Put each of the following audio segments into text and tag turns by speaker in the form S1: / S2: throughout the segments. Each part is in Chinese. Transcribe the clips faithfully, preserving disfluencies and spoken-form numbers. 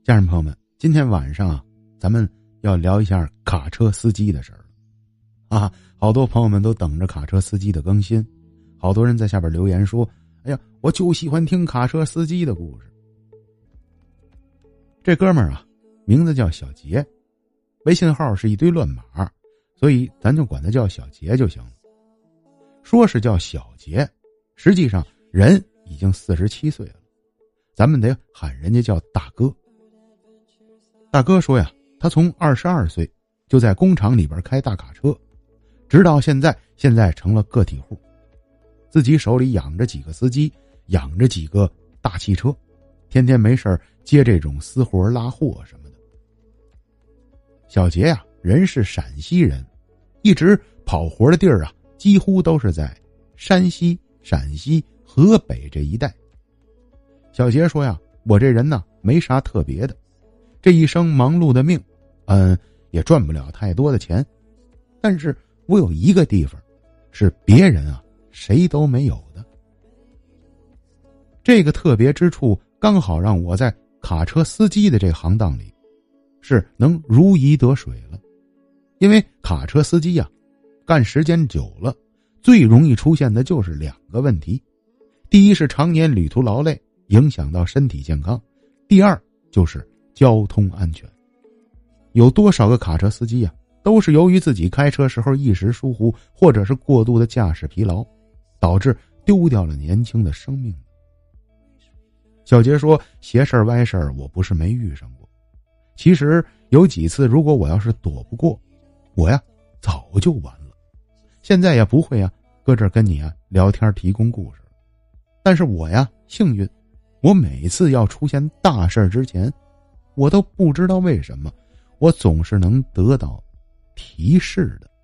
S1: 家人朋友们，今天晚上啊，咱们要聊一下卡车司机的事儿啊。好多朋友们都等着卡车司机的更新，好多人在下边留言说：“哎呀，我就喜欢听卡车司机的故事。”这哥们儿啊，名字叫小杰，微信号是一堆乱码，所以咱就管他叫小杰就行了。说是叫小杰，实际上人已经四十七岁了，咱们得喊人家叫大哥。大哥说呀，他从二十二岁就在工厂里边开大卡车，直到现在，现在成了个体户，自己手里养着几个司机，养着几个大汽车，天天没事接这种私活拉货什么的。小杰呀，人是陕西人，一直跑活的地儿啊，几乎都是在山西、陕西、河北这一带。小杰说呀，我这人呢没啥特别的，这一生忙碌的命，嗯，也赚不了太多的钱，但是我有一个地方是别人啊谁都没有的。这个特别之处刚好让我在卡车司机的这行当里是能如鱼得水了。因为卡车司机呀，干时间久了，最容易出现的就是两个问题。第一是常年旅途劳累，影响到身体健康；第二就是交通安全。有多少个卡车司机呀，都是由于自己开车时候一时疏忽，或者是过度的驾驶疲劳，导致丢掉了年轻的生命。小杰说，邪事歪事我不是没遇上过，其实有几次如果我要是躲不过，我呀早就完了。现在也不会啊搁这儿跟你啊聊天提供故事，但是我呀幸运，我每次要出现大事之前，我都不知道为什么我总是能得到提示的。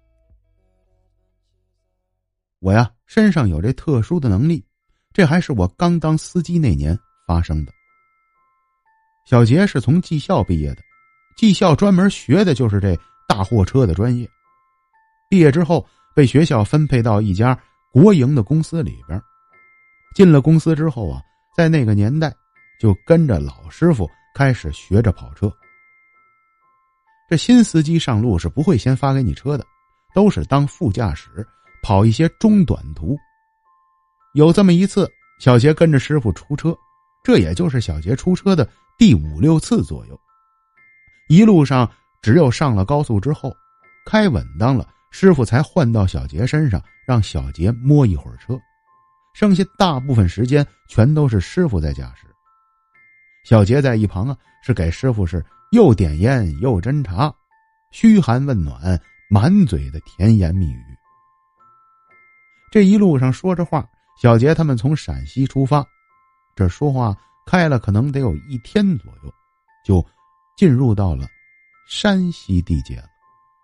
S1: 我呀身上有这特殊的能力，这还是我刚当司机那年发生的。小杰是从技校毕业的，技校专门学的就是这大货车的专业。毕业之后被学校分配到一家国营的公司里边，进了公司之后啊，在那个年代就跟着老师傅开始学着跑车。这新司机上路是不会先发给你车的，都是当副驾驶跑一些中短途。有这么一次，小杰跟着师傅出车，这也就是小杰出车的第五六次左右。一路上只有上了高速之后，开稳当了，师傅才换到小杰身上，让小杰摸一会儿车，剩下大部分时间全都是师傅在驾驶。小杰在一旁啊，是给师傅是又点烟又斟茶，嘘寒问暖，满嘴的甜言蜜语。这一路上说着话，小杰他们从陕西出发，这说话开了可能得有一天左右，就进入到了山西地界了。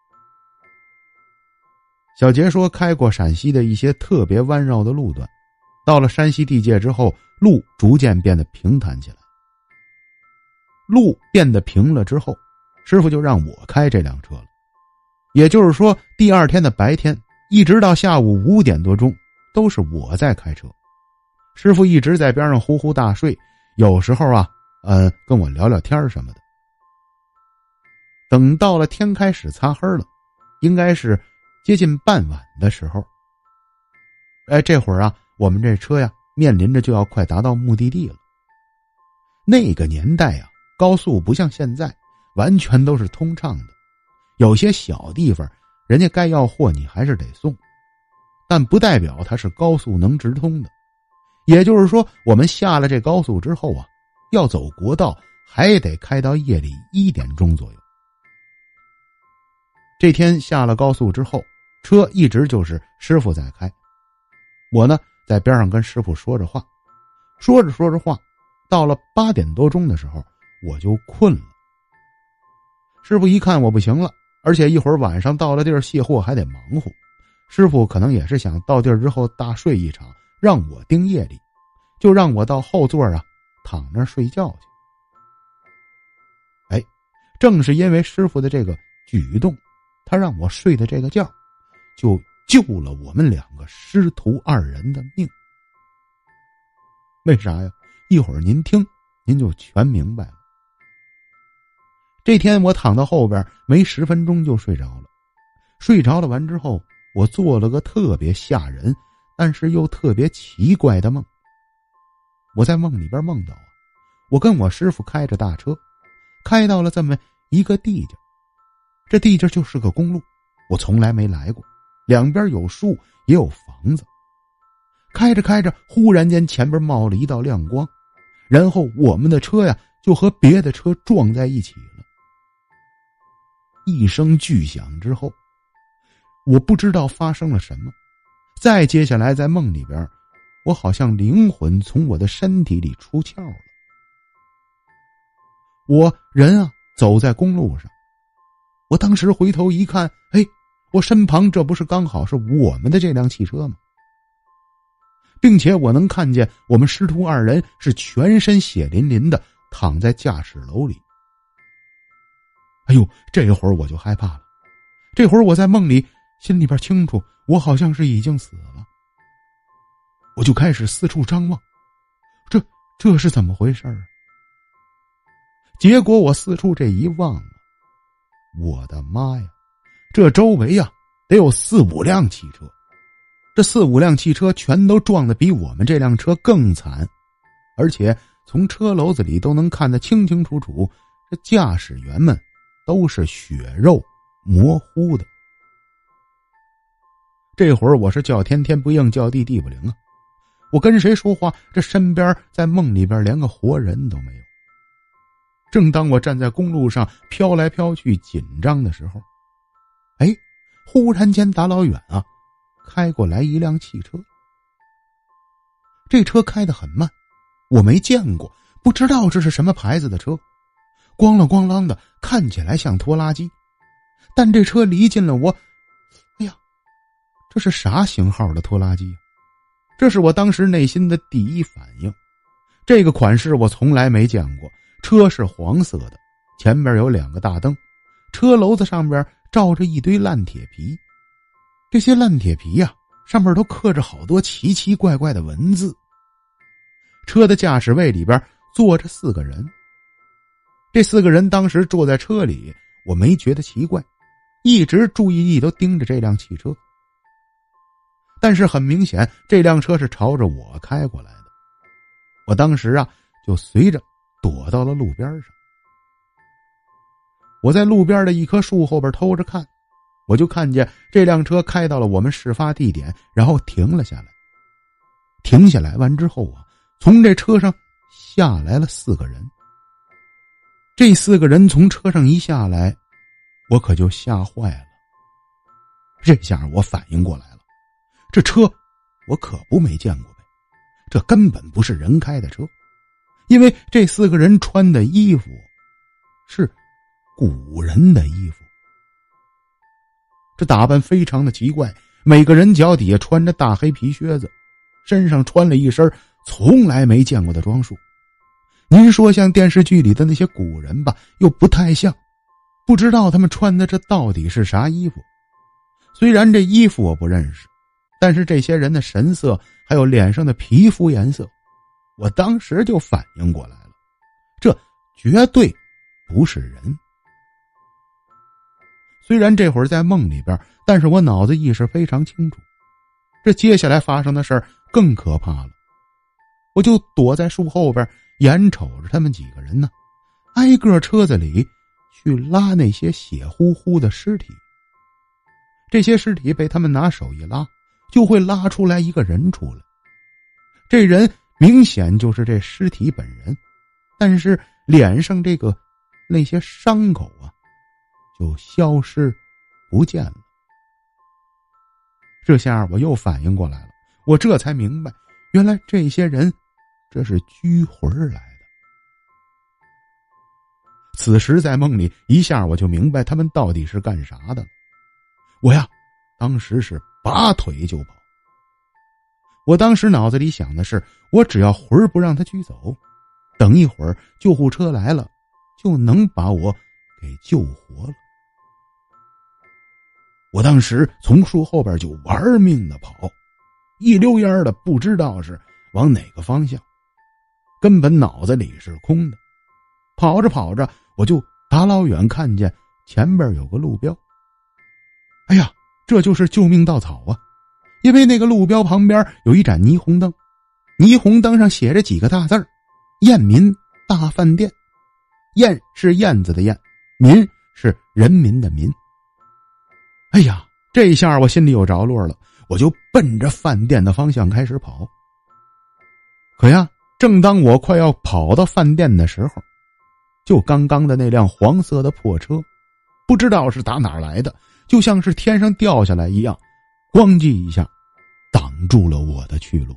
S1: 小杰说，开过陕西的一些特别弯绕的路段，到了山西地界之后，路逐渐变得平坦起来。路变得平了之后，师傅就让我开这辆车了。也就是说，第二天的白天一直到下午五点多钟都是我在开车，师傅一直在边上呼呼大睡，有时候啊呃，跟我聊聊天什么的。等到了天开始擦黑了，应该是接近傍晚的时候，哎，这会儿啊我们这车呀面临着就要快达到目的地了。那个年代呀，高速不像现在完全都是通畅的，有些小地方人家该要货你还是得送，但不代表它是高速能直通的。也就是说，我们下了这高速之后啊，要走国道还得开到夜里一点钟左右。这天下了高速之后，车一直就是师傅在开，我呢在边上跟师傅说着话，说着说着话，到了八点多钟的时候我就困了。师傅一看我不行了，而且一会儿晚上到了地儿卸货还得忙活，师傅可能也是想到地儿之后大睡一场，让我盯夜里，就让我到后座啊躺那睡觉去。哎，正是因为师傅的这个举动，他让我睡的这个觉，就救了我们两个师徒二人的命。为啥呀？一会儿您听您就全明白了。 这天我躺到后边没十分钟就睡着了。睡着了完之后，我做了个特别吓人但是又特别奇怪的梦。我在梦里边梦到啊，我跟我师傅开着大车，开到了这么一个地界，这地界就是个公路，我从来没来过，两边有树也有房子。开着开着，忽然间前边冒了一道亮光，然后我们的车呀就和别的车撞在一起了。一声巨响之后，我不知道发生了什么，再接下来在梦里边，我好像灵魂从我的身体里出窍了。我人啊走在公路上，我当时回头一看，哎，我身旁这不是刚好是我们的这辆汽车吗？并且我能看见我们师徒二人是全身血淋淋的躺在驾驶楼里。哎呦，这会儿我就害怕了。这会儿我在梦里心里边清楚，我好像是已经死了。我就开始四处张望，这这是怎么回事啊？结果我四处这一望啊，我的妈呀，这周围呀得有四五辆汽车，这四五辆汽车全都撞得比我们这辆车更惨，而且从车篓子里都能看得清清楚楚，这驾驶员们都是血肉模糊的。这会儿我是叫天天不应，叫地地不灵啊！我跟谁说话，这身边在梦里边连个活人都没有。正当我站在公路上飘来飘去紧张的时候，哎，忽然间大老远啊开过来一辆汽车。这车开得很慢，我没见过，不知道这是什么牌子的车，咣啷咣啷的，看起来像拖拉机。但这车离近了我，哎呀，这是啥型号的拖拉机？这是我当时内心的第一反应。这个款式我从来没见过，车是黄色的，前面有两个大灯，车篓子上边罩着一堆烂铁皮。这些烂铁皮呀、啊，上面都刻着好多奇奇怪怪的文字。车的驾驶位里边坐着四个人，这四个人当时坐在车里，我没觉得奇怪，一直注意力都盯着这辆汽车。但是很明显，这辆车是朝着我开过来的。我当时啊，就随着躲到了路边上。我在路边的一棵树后边偷着看，我就看见这辆车开到了我们事发地点，然后停了下来。停下来完之后啊，从这车上下来了四个人。这四个人从车上一下来，我可就吓坏了。这下我反应过来了，这车我可不没见过呗，这根本不是人开的车，因为这四个人穿的衣服是古人的衣服。这打扮非常的奇怪，每个人脚底下穿着大黑皮靴子，身上穿了一身从来没见过的装束。您说像电视剧里的那些古人吧，又不太像，不知道他们穿的这到底是啥衣服。虽然这衣服我不认识，但是这些人的神色还有脸上的皮肤颜色，我当时就反应过来了，这绝对不是人。虽然这会儿在梦里边，但是我脑子意识非常清楚，这接下来发生的事儿更可怕了。我就躲在树后边，眼瞅着他们几个人呢，挨个车子里去拉那些血乎乎的尸体。这些尸体被他们拿手一拉，就会拉出来一个人出来。这人明显就是这尸体本人，但是脸上这个那些伤口啊就消失不见了。这下我又反应过来了，我这才明白，原来这些人这是拘魂来的。此时在梦里，一下我就明白他们到底是干啥的了。我呀当时是拔腿就跑。我当时脑子里想的是，我只要魂儿不让他驱走，等一会儿救护车来了就能把我给救活了。我当时从树后边就玩命的跑，一溜烟的不知道是往哪个方向，根本脑子里是空的。跑着跑着我就大老远看见前边有个路标。哎呀，这就是救命稻草啊！因为那个路标旁边有一盏霓虹灯，霓虹灯上写着几个大字儿：燕民大饭店。燕是燕子的燕，民是人民的民。哎呀，这一下我心里有着落了，我就奔着饭店的方向开始跑。可呀，正当我快要跑到饭店的时候，就刚刚的那辆黄色的破车，不知道是打哪儿来的，就像是天上掉下来一样，咣叽一下挡住了我的去路。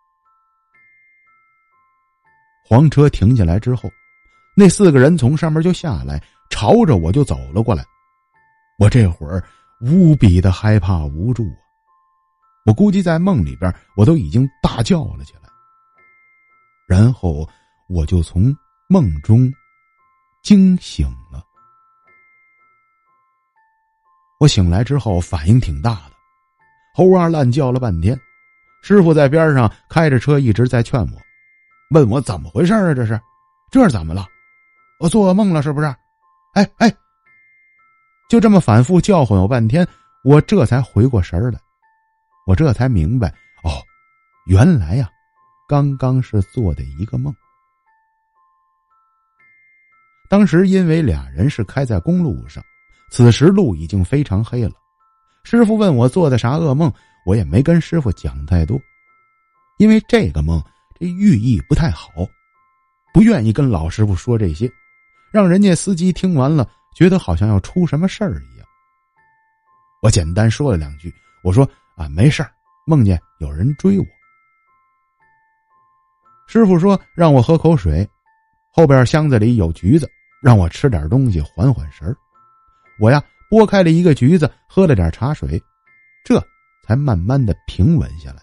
S1: 黄车停下来之后，那四个人从上面就下来，朝着我就走了过来。我这会儿无比的害怕无助啊！我估计在梦里边我都已经大叫了起来。然后我就从梦中惊醒了。我醒来之后反应挺大的，猴哇乱叫了半天。师傅在边上开着车一直在劝我，问我怎么回事啊，这是这是怎么了？我做噩梦了是不是？哎哎，就这么反复叫唤我半天，我这才回过神来。我这才明白，哦，原来呀，刚刚是做的一个梦。当时因为俩人是开在公路上，此时路已经非常黑了。师傅问我做的啥噩梦，我也没跟师傅讲太多，因为这个梦这寓意不太好，不愿意跟老师傅说这些，让人家司机听完了觉得好像要出什么事儿一样。我简单说了两句，我说啊没事儿，梦见有人追我。师傅说让我喝口水，后边箱子里有橘子，让我吃点东西缓缓神儿。我呀拨开了一个橘子，喝了点茶水，这才慢慢的平稳下来。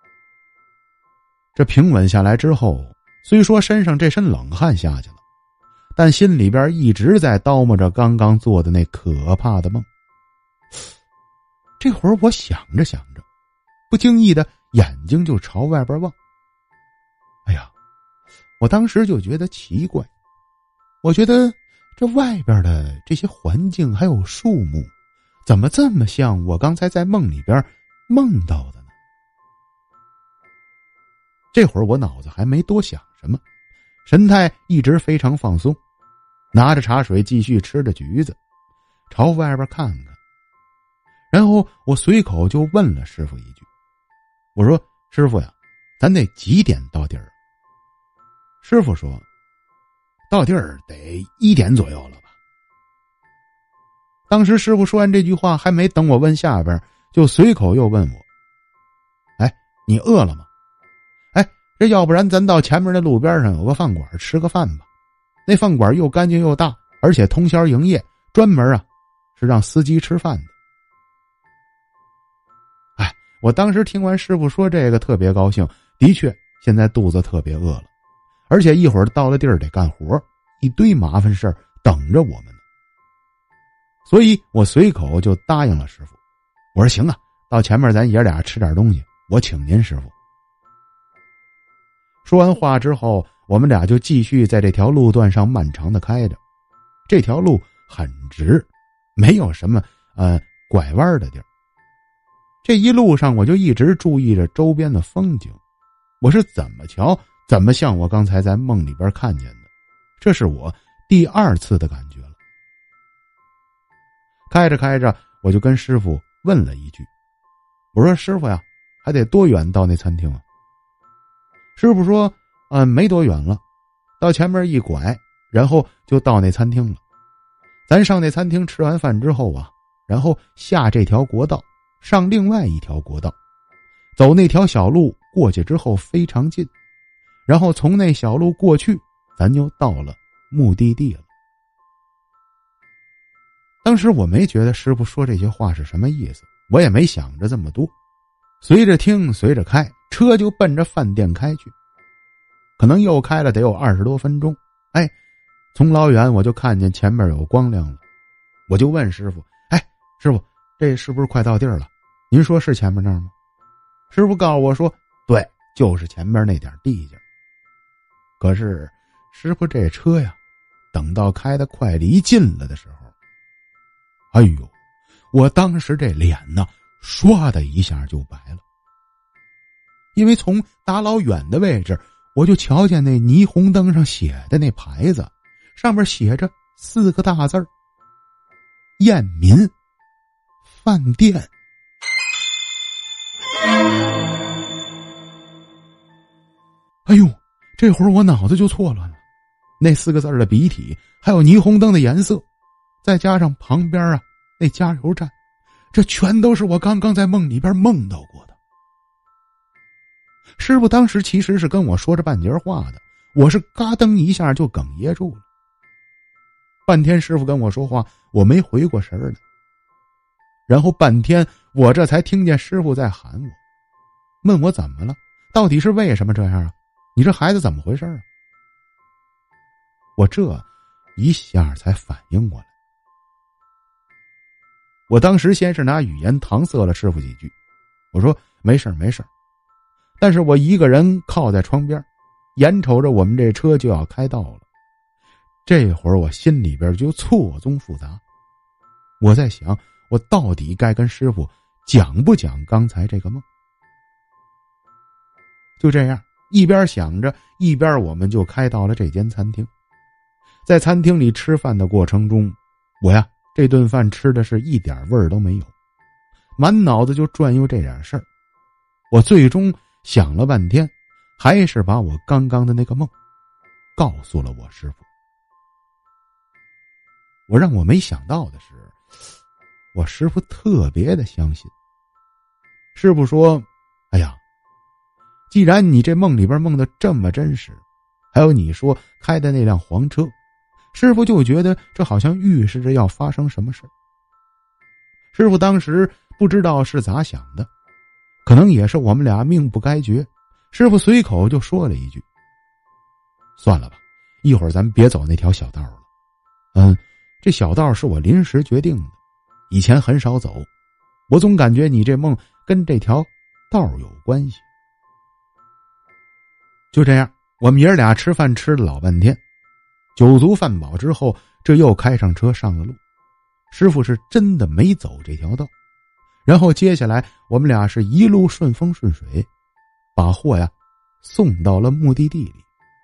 S1: 这平稳下来之后，虽说身上这身冷汗下去了，但心里边一直在叨磨着刚刚做的那可怕的梦。这会儿我想着想着，不经意的眼睛就朝外边望。哎呀，我当时就觉得奇怪，我觉得这外边的这些环境还有树木，怎么这么像我刚才在梦里边梦到的呢？这会儿我脑子还没多想什么，神态一直非常放松，拿着茶水继续吃着橘子，朝外边看看。然后我随口就问了师傅一句，我说师傅呀，咱得几点到地儿？师傅说到地儿得一点左右了吧。当时师傅说完这句话，还没等我问下边，就随口又问我，哎，你饿了吗？哎，这要不然咱到前面的路边上有个饭馆吃个饭吧，那饭馆又干净又大，而且通宵营业，专门啊是让司机吃饭的。哎，我当时听完师傅说这个特别高兴，的确现在肚子特别饿了，而且一会儿到了地儿得干活，一堆麻烦事儿等着我们呢。所以我随口就答应了师傅，我说行啊，到前面咱爷俩吃点东西，我请您师傅。说完话之后，我们俩就继续在这条路段上漫长的开着。这条路很直，没有什么呃拐弯的地儿。这一路上我就一直注意着周边的风景，我是怎么瞧怎么像我刚才在梦里边看见的，这是我第二次的感觉了。开着开着，我就跟师傅问了一句，我说师傅呀，还得多远到那餐厅啊？师傅说嗯、呃，没多远了，到前面一拐，然后就到那餐厅了。咱上那餐厅吃完饭之后啊，然后下这条国道，上另外一条国道，走那条小路过去之后非常近，然后从那小路过去，咱就到了目的地了。当时我没觉得师傅说这些话是什么意思，我也没想着这么多，随着听随着开，车就奔着饭店开去。可能又开了得有二十多分钟，哎，从老远我就看见前面有光亮了，我就问师傅，哎，师傅，这是不是快到地儿了？您说是前面那儿吗？师傅告诉我说，对，就是前面那点地界。可是师傅这车呀， 等到开得快离近了的时候，哎呦，我当时这脸呢唰的一下就白了。因为从打老远的位置，我就瞧见那霓虹灯上写的那牌子，上面写着四个大字儿：燕民饭店。哎呦，这会儿我脑子就错乱了。那四个字的笔体，还有霓虹灯的颜色，再加上旁边啊那加油站，这全都是我刚刚在梦里边梦到过的。师傅当时其实是跟我说着半截话的，我是嘎噔一下就哽咽住了。半天师傅跟我说话，我没回过神来。然后半天我这才听见师傅在喊我，问我怎么了，到底是为什么这样啊？你这孩子怎么回事啊？我这一下才反应过来。我当时先是拿语言搪塞了师傅几句，我说没事没事，但是我一个人靠在窗边，眼瞅着我们这车就要开道了。这会儿我心里边就错综复杂，我在想我到底该跟师傅讲不讲刚才这个梦。就这样一边想着，一边我们就开到了这间餐厅。在餐厅里吃饭的过程中，我呀这顿饭吃的是一点味儿都没有，满脑子就转悠这点事儿。我最终想了半天，还是把我刚刚的那个梦告诉了我师傅。我让我没想到的是，我师傅特别的相信。师傅说，哎呀，既然你这梦里边梦的这么真实，还有你说开的那辆黄车，师傅就觉得这好像预示着要发生什么事。师傅当时不知道是咋想的，可能也是我们俩命不该绝，师傅随口就说了一句，算了吧，一会儿咱别走那条小道了。嗯，这小道是我临时决定的，以前很少走，我总感觉你这梦跟这条道有关系。就这样，我们爷儿俩吃饭吃了老半天，酒足饭饱之后，这又开上车上了路。师傅是真的没走这条道，然后接下来我们俩是一路顺风顺水，把货呀送到了目的地里。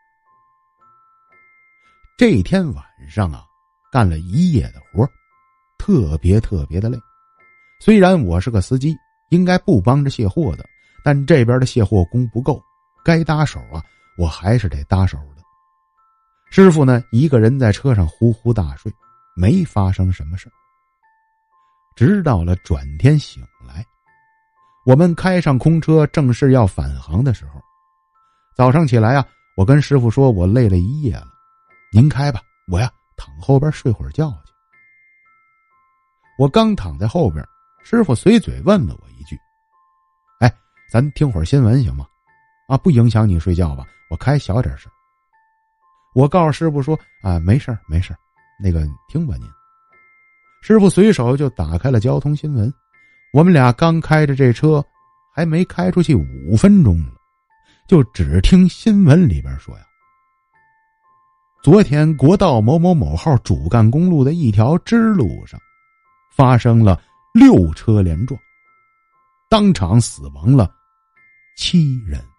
S1: 这天晚上啊，干了一夜的活，特别特别的累。虽然我是个司机，应该不帮着卸货的，但这边的卸货工不够，该搭手啊，我还是得搭手的。师傅呢，一个人在车上呼呼大睡，没发生什么事。直到了转天醒来，我们开上空车，正式要返航的时候，早上起来啊，我跟师傅说我累了一夜了，您开吧，我呀躺后边睡会儿觉去。我刚躺在后边，师傅随嘴问了我一句，哎，咱听会儿新闻行吗？啊，不影响你睡觉吧？我开小点声。我告诉师傅说啊，没事没事，那个听吧您。师傅随手就打开了交通新闻，我们俩刚开着这车，还没开出去五分钟了，就只听新闻里边说呀，昨天国道某某某号主干公路的一条支路上，发生了六车连撞，当场死亡了七人。